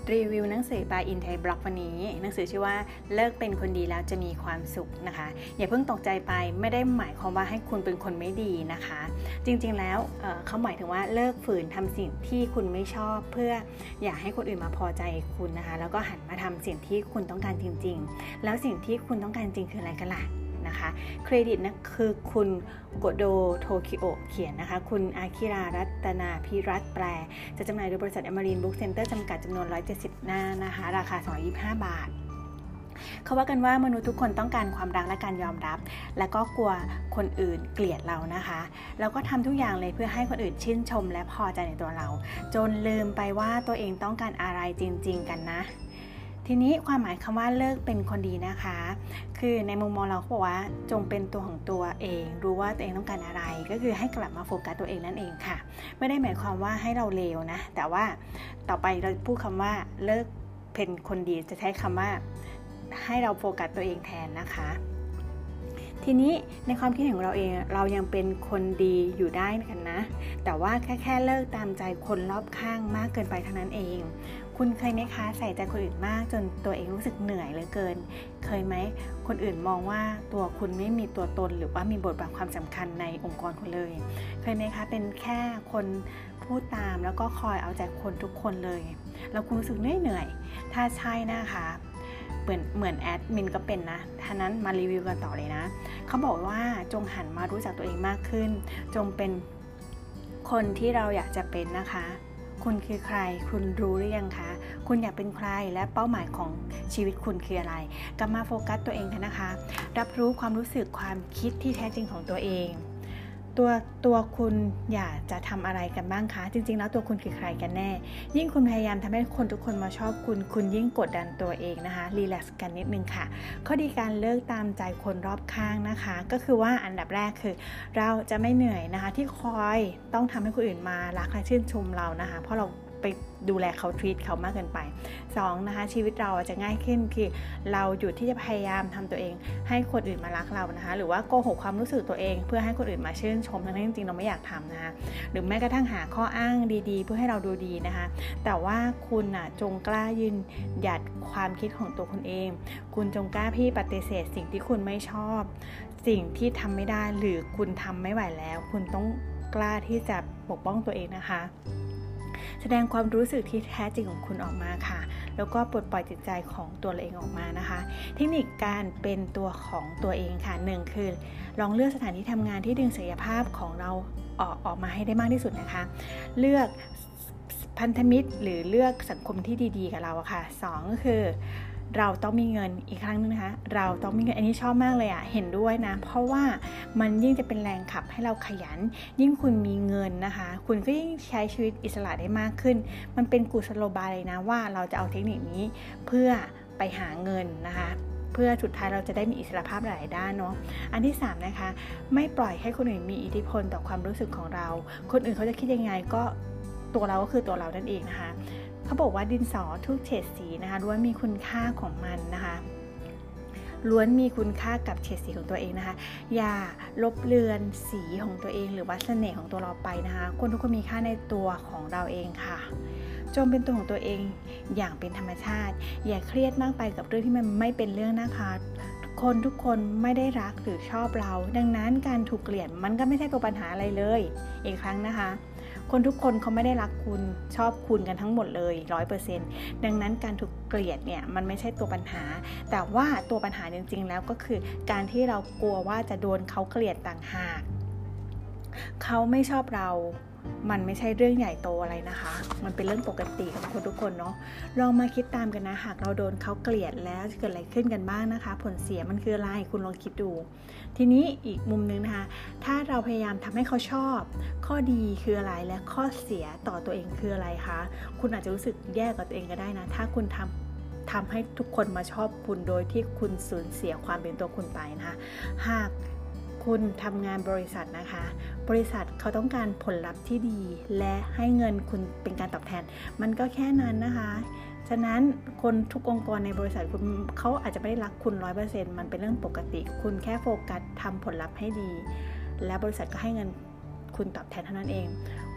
รีวิวหนังสือ by In Thai Blog วันนี้หนังสือชื่อว่าเลิกเป็นคนดีแล้วจะมีความสุขนะคะอย่าเพิ่งตกใจไปไม่ได้หมายความว่าให้คุณเป็นคนไม่ดีนะคะจริงๆแล้วเขาหมายถึงว่าเลิกฝืนทำสิ่งที่คุณไม่ชอบเพื่ออยากให้คนอื่นมาพอใจคุณนะคะแล้วก็หันมาทำสิ่งที่คุณต้องการจริงๆแล้วสิ่งที่คุณต้องการจริงคืออะไรกันล่ะนะคะเครดิตนะคือคุณโกโดโทคิโอเขียนนะคะคุณอาคิรารัตนาพิรัตน์แปลจะจำหน่ายโดยบริษัทอมรินทร์บุ๊กเซ็นเตอร์จำกัดจำนวน170หน้านะคะราคา225 บาทเขาว่ากันว่ามนุษย์ทุกคนต้องการความรักและการยอมรับและก็กลัวคนอื่นเกลียดเรานะคะแล้วก็ทำทุกอย่างเลยเพื่อให้คนอื่นชื่นชมและพอใจในตัวเราจนลืมไปว่าตัวเองต้องการอะไรจริงๆกันนะทีนี้ความหมายคำว่าเลิกเป็นคนดีนะคะคือในมุมมองเราเขาบอกว่าจงเป็นตัวของตัวเองรู้ว่าตัวเองต้องการอะไรก็คือให้กลับมาโฟกัสตัวเองนั่นเองค่ะไม่ได้หมายความว่าให้เราเลวนะแต่ว่าต่อไปเราพูดคำว่าเลิกเป็นคนดีจะใช้คำว่าให้เราโฟกัสตัวเองแทนนะคะทีนี้ในความคิดของเราเองเรายังเป็นคนดีอยู่ได้กันนะแต่ว่าแค่เลิกตามใจคนรอบข้างมากเกินไปเท่านั้นเองคุณเคยไหมคะใส่ใจคนอื่นมากจนตัวเองรู้สึกเหนื่อยเหลือเกินเคยไหมคนอื่นมองว่าตัวคุณไม่มีตัวตนหรือว่ามีบทบาทความสำคัญในองค์กรคุณเลยเคยไหมคะเป็นแค่คนพูดตามแล้วก็คอยเอาใจคนทุกคนเลยแล้วคุณรู้สึกเหนื่อยถ้าใช่นะคะเหมือนแอดมินก็เป็นนะท่านั้นมารีวิวกันต่อเลยนะเขาบอกว่าจงหันมารู้จักตัวเองมากขึ้นจงเป็นคนที่เราอยากจะเป็นนะคะคุณคือใครคุณรู้หรือยังคะคุณอยากเป็นใครและเป้าหมายของชีวิตคุณคืออะไรกลับมาโฟกัสตัวเองกันนะคะรับรู้ความรู้สึกความคิดที่แท้จริงของตัวเองตัวคุณอยากจะทำอะไรกันบ้างคะจริงๆแล้วตัวคุณคือใครกันแน่ยิ่งคุณพยายามทำให้คนทุกคนมาชอบคุณยิ่งกดดันตัวเองนะคะรีแลกซ์กันนิดนึงค่ะข้อดีการเลิกตามใจคนรอบข้างนะคะก็คือว่าอันดับแรกคือเราจะไม่เหนื่อยนะคะที่คอยต้องทำให้คนอื่นมารักและชื่นชมเรานะคะเพราะเราไปดูแลเขาทรีตเขามากเกินไป2นะคะชีวิตเราจะง่ายขึ้นคือเราหยุดที่จะพยายามทำตัวเองให้คนอื่นมารักเรานะคะหรือว่าโกหกความรู้สึกตัวเองเพื่อให้คนอื่นมาชื่นชมทั้งที่จริงๆเราไม่อยากทำนะคะหรือแม้กระทั่งหาข้ออ้างดีๆเพื่อให้เราดูดีนะคะแต่ว่าคุณจงกล้ายืนหยัดความคิดของตัวคุณเองคุณจงกล้าที่ปฏิเสธสิ่งที่คุณไม่ชอบสิ่งที่ทำไม่ได้หรือคุณทำไม่ไหวแล้วคุณต้องกล้าที่จะปกป้องตัวเองนะคะแสดงความรู้สึกที่แท้จริงของคุณออกมาค่ะแล้วก็ปลดปล่อยจิตใจของตัวเองออกมานะคะเทคนิคการเป็นตัวของตัวเองค่ะ1คือลองเลือกสถานที่ทำงานที่ดึงศักยภาพของเราออกมาให้ได้มากที่สุดนะคะเลือกพันธมิตรหรือเลือกสังคมที่ดีๆกับเราค่ะ2ก็คือเราต้องมีเงินอีกครั้งนึงนะคะเราต้องมีเงินอันนี้ชอบมากเลยเห็นด้วยนะเพราะว่ามันยิ่งจะเป็นแรงขับให้เราขยันยิ่งคุณมีเงินนะคะคุณก็ยิ่งใช้ชีวิตอิสระได้มากขึ้นมันเป็นกุศโลบายเลยนะว่าเราจะเอาเทคนิคนี้เพื่อไปหาเงินนะคะเพื่อสุดท้ายเราจะได้มีอิสรภาพหลายด้านเนาะอันที่3นะคะไม่ปล่อยให้คนอื่นมีอิทธิพลต่อความรู้สึกของเราคนอื่นเขาจะคิดยังไงก็ตัวเราก็คือตัวเรานั่นเองนะคะเขาบอกว่าดินสอทุกเฉดสีนะคะล้วนมีคุณค่าของมันนะคะล้วนมีคุณค่ากับเฉดสีของตัวเองนะคะอย่าลบเลือนสีของตัวเองหรือว่าเสน่ห์ของตัวเราไปนะคะคนทุกคนมีค่าในตัวของเราเองค่ะจงเป็นตัวของตัวเองอย่างเป็นธรรมชาติอย่าเครียดมากไปกับเรื่องที่มันไม่เป็นเรื่องนะคะคนทุกคนไม่ได้รักหรือชอบเราดังนั้นการถูกเกลียดมันก็ไม่ใช่ตัวปัญหาอะไรเลยอีกครั้งนะคะคนทุกคนเขาไม่ได้รักคุณชอบคุณกันทั้งหมดเลย 100% ดังนั้นการถูกเกลียดเนี่ยมันไม่ใช่ตัวปัญหาแต่ว่าตัวปัญหาจริงๆแล้วก็คือการที่เรากลัวว่าจะโดนเขาเกลียดต่างหากเขาไม่ชอบเรามันไม่ใช่เรื่องใหญ่โตอะไรนะคะมันเป็นเรื่องปกติของคนทุกคนเนาะลองมาคิดตามกันนะหากเราโดนเขาเกลียดแล้วจะเกิดอะไรขึ้นกันบ้างนะคะผลเสียมันคืออะไรคุณลองคิดดูทีนี้อีกมุมนึงนะคะถ้าเราพยายามทำให้เขาชอบข้อดีคืออะไรและข้อเสียต่อตัวเองคืออะไรคะคุณอาจจะรู้สึกแย่กับตัวเองก็ได้นะถ้าคุณทำให้ทุกคนมาชอบคุณโดยที่คุณสูญเสียความเป็นตัวคุณไปนะคะหากคุณทำงานบริษัทนะคะบริษัทเขาต้องการผลลัพธ์ที่ดีและให้เงินคุณเป็นการตอบแทนมันก็แค่นั้นนะคะฉะนั้นคนทุกองค์กรในบริษัทคุณเขาอาจจะไม่ได้รักคุณ 100% มันเป็นเรื่องปกติคุณแค่โฟกัสทำผลลัพธ์ให้ดีและบริษัทก็ให้เงินคุณตอบแทนเท่านั้นเองค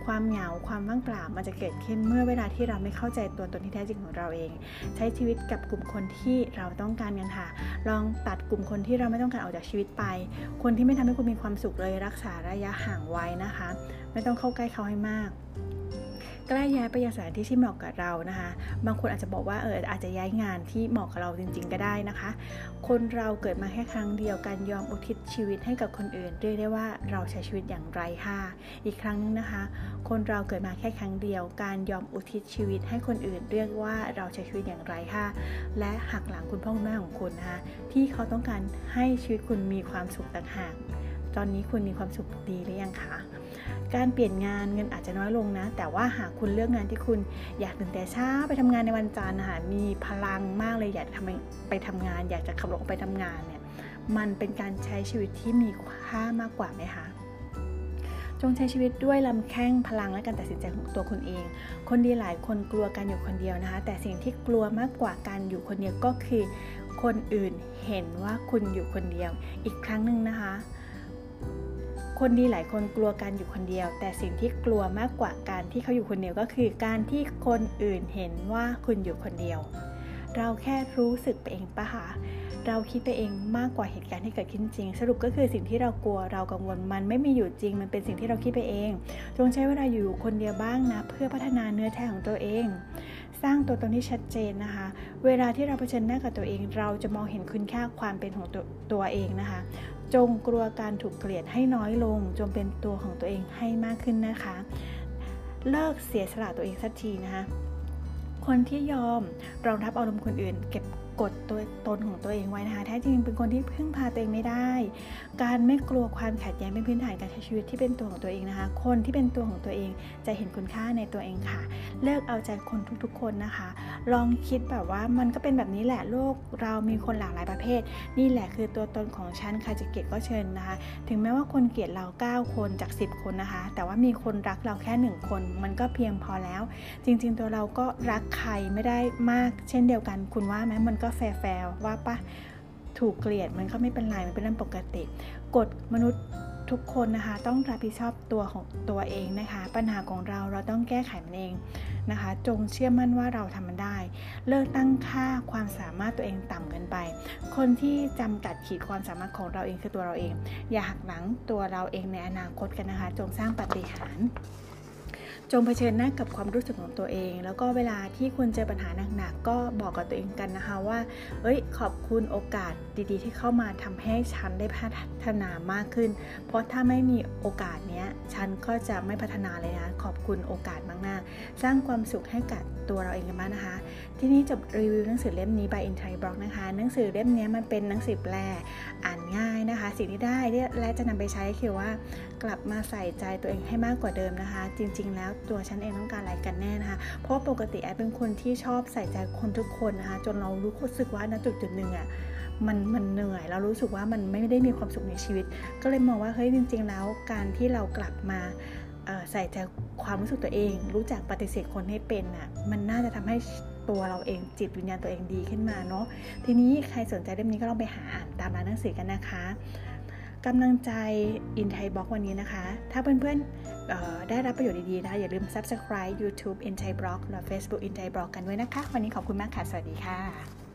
ความเหงาความว่างเปล่ามันจะเกิดขึ้นเมื่อเวลาที่เราไม่เข้าใจตัวตนที่แท้จริงของเราเองใช้ชีวิตกับกลุ่มคนที่เราต้องการกันค่ะลองตัดกลุ่มคนที่เราไม่ต้องการออกจากชีวิตไปคนที่ไม่ทำให้คุณมีความสุขเลยรักษาระยะห่างไว้นะคะไม่ต้องเข้าใกล้เขาให้มากใกล้ย้ายไปยังสถานที่ที่เหมาะกับเรานะคะบางคนอาจจะบอกว่าอาจจะย้ายงานที่เหมาะกับเราจริงๆก็ได้นะคะคนเราเกิดมาแค่ครั้งเดียวการยอมอุทิศชีวิตให้กับคนอื่นเรียกได้ว่าเราใช้ชีวิตอย่างไร้ค่าอีกครั้งนึงนะคะคนเราเกิดมาแค่ครั้งเดียวการยอมอุทิศชีวิตให้คนอื่นเรียกว่าเราใช้ชีวิตอย่างไร้ค่าและหักหลังคุณพ่อคุณแม่ของคุณนะคะที่เขาต้องการให้ชีวิตคุณมีความสุขต่างหากตอนนี้คุณมีความสุขดีหรือยังคะการเปลี่ยนงานเงินอาจจะน้อยลงนะแต่ว่าหากคุณเลือกงานที่คุณอยากตื่นแต่เช้าไปทำงานในวันจันทร์นะคะมีพลังมากเลยอยากไปทำงานอยากจะขับรถออกไปทำงานเนี่ยมันเป็นการใช้ชีวิตที่มีค่ามากกว่าไหมคะจงใช้ชีวิตด้วยลำแข้งพลังและการตัดสินใจของตัวคุณเองคนดีหลายคนกลัวการอยู่คนเดียวนะคะแต่สิ่งที่กลัวมากกว่าการอยู่คนเดียวก็คือคนอื่นเห็นว่าคุณอยู่คนเดียวอีกครั้งนึงนะคะคนดีหลายคนกลัวการอยู่คนเดียวแต่สิ่งที่กลัวมากกว่าการที่เขาอยู่คนเดียวก็คือการที่คนอื่นเห็นว่าคุณอยู่คนเดียวเราแค่รู้สึกไปเองปะคะเราคิดไปเองมากกว่าเหตุการณ์ที่เกิดขึ้นจริงสรุปก็คือสิ่งที่เรากลัวเรากังวลมันไม่มีอยู่จริงมันเป็นสิ่งที่เราคิดไปเองจงใช้เวลาอยู่คนเดียวบ้างนะเพื่อพัฒนาเนื้อแท้ของตัวเองสร้างตัวตนที่ชัดเจนนะคะเวลาที่เราเผชิญหน้ากับตัวเองเราจะมองเห็นคุณค่าความเป็นของตัวเองนะคะจงกลัวการถูกเกลียดให้น้อยลงจงเป็นตัวของตัวเองให้มากขึ้นนะคะเลิกเสียสละตัวเองสักทีนะคะคนที่ยอมรองรับอารมณ์คนอื่นเก็บกดตัวตนของตัวเองไว้นะคะแท้จริงเป็นคนที่พึ่งพาตัวเองไม่ได้การไม่กลัวความขัดแย้งเป็นพื้นฐานการใช้ชีวิตที่เป็นตัวของตัวเองนะคะคนที่เป็นตัวของตัวเองจะเห็นคุณค่าในตัวเองค่ะเลิกเอาใจคนทุกๆคนนะคะลองคิดแบบว่ามันก็เป็นแบบนี้แหละโลกเรามีคนหลากหลายประเภทนี่แหละคือตัวตนของฉันใครจะเกลียดก็เชิญนะคะถึงแม้ว่าคนเกลียดเรา9คนจาก10คนนะคะแต่ว่ามีคนรักเราแค่1คนมันก็เพียงพอแล้วจริงๆตัวเราก็รักใครไม่ได้มากเช่นเดียวกันคุณว่าไหมมันก็แฟร์ว่าปะถูกเกลียดมันก็ไม่เป็นไรมันเป็นเรื่องปกติกฎมนุษย์ทุกคนนะคะต้องรับผิดชอบตัวของตัวเองนะคะปัญหาของเราต้องแก้ไขมันเองนะคะจงเชื่อมั่นว่าเราทำมันได้เลิกตั้งค่าความสามารถตัวเองต่ำเกินไปคนที่จำกัดขีดความสามารถของเราเองคือตัวเราเองอย่าหักหลังตัวเราเองในอนาคตกันนะคะจงสร้างปาฏิหาริย์จงเผชิญหน้ากับความรู้สึกของตัวเองแล้วก็เวลาที่คุณเจอปัญหาหนักๆก็บอกกับตัวเองกันนะคะว่าขอบคุณโอกาสดีๆที่เข้ามาทำให้ฉันได้พัฒนามากขึ้นเพราะถ้าไม่มีโอกาสเนี้ยฉันก็จะไม่พัฒนาเลยนะขอบคุณโอกาสมากๆสร้างความสุขให้กับตัวเราเองกันบ้างนะคะที่นี่จบรีวิวหนังสือเล่มนี้ by Intai Block นะคะหนังสือเล่มนี้มันเป็นหนังสือแปลอ่านง่ายนะคะสิ่งที่ได้และจะนำไปใช้คือว่ากลับมาใส่ใจตัวเองให้มากกว่าเดิมนะคะจริงๆแล้วตัวฉันเองต้องการอะไรกันแน่นะคะเพราะปกติแอปเป็นคนที่ชอบใส่ใจคนทุกคนนะคะจนเรารู้สึกว่าณจุดหนึ่งอ่ะมันเหนื่อยเรารู้สึกว่ามันไม่ได้มีความสุขในชีวิตก็เลยมองว่าเฮ้ยจริงๆแล้วการที่เรากลับมาใส่ใจความรู้สึกตัวเองรู้จักปฏิเสธคนให้เป็นอ่ะมันน่าจะทำให้ตัวเราเองจิตวิญญาณตัวเองดีขึ้นมาเนาะทีนี้ใครสนใจเล่มนี้ก็ลองไปหาอ่านตามร้านหนังสือกันนะคะกำลังใจ Intai Block วันนี้นะคะถ้าเพื่อนๆได้รับประโยชน์ดีๆนะคะอย่าลืม Subscribe YouTube Intai Block และ Facebook Intai Block กันด้วยนะคะวันนี้ขอบคุณมากค่ะสวัสดีค่ะ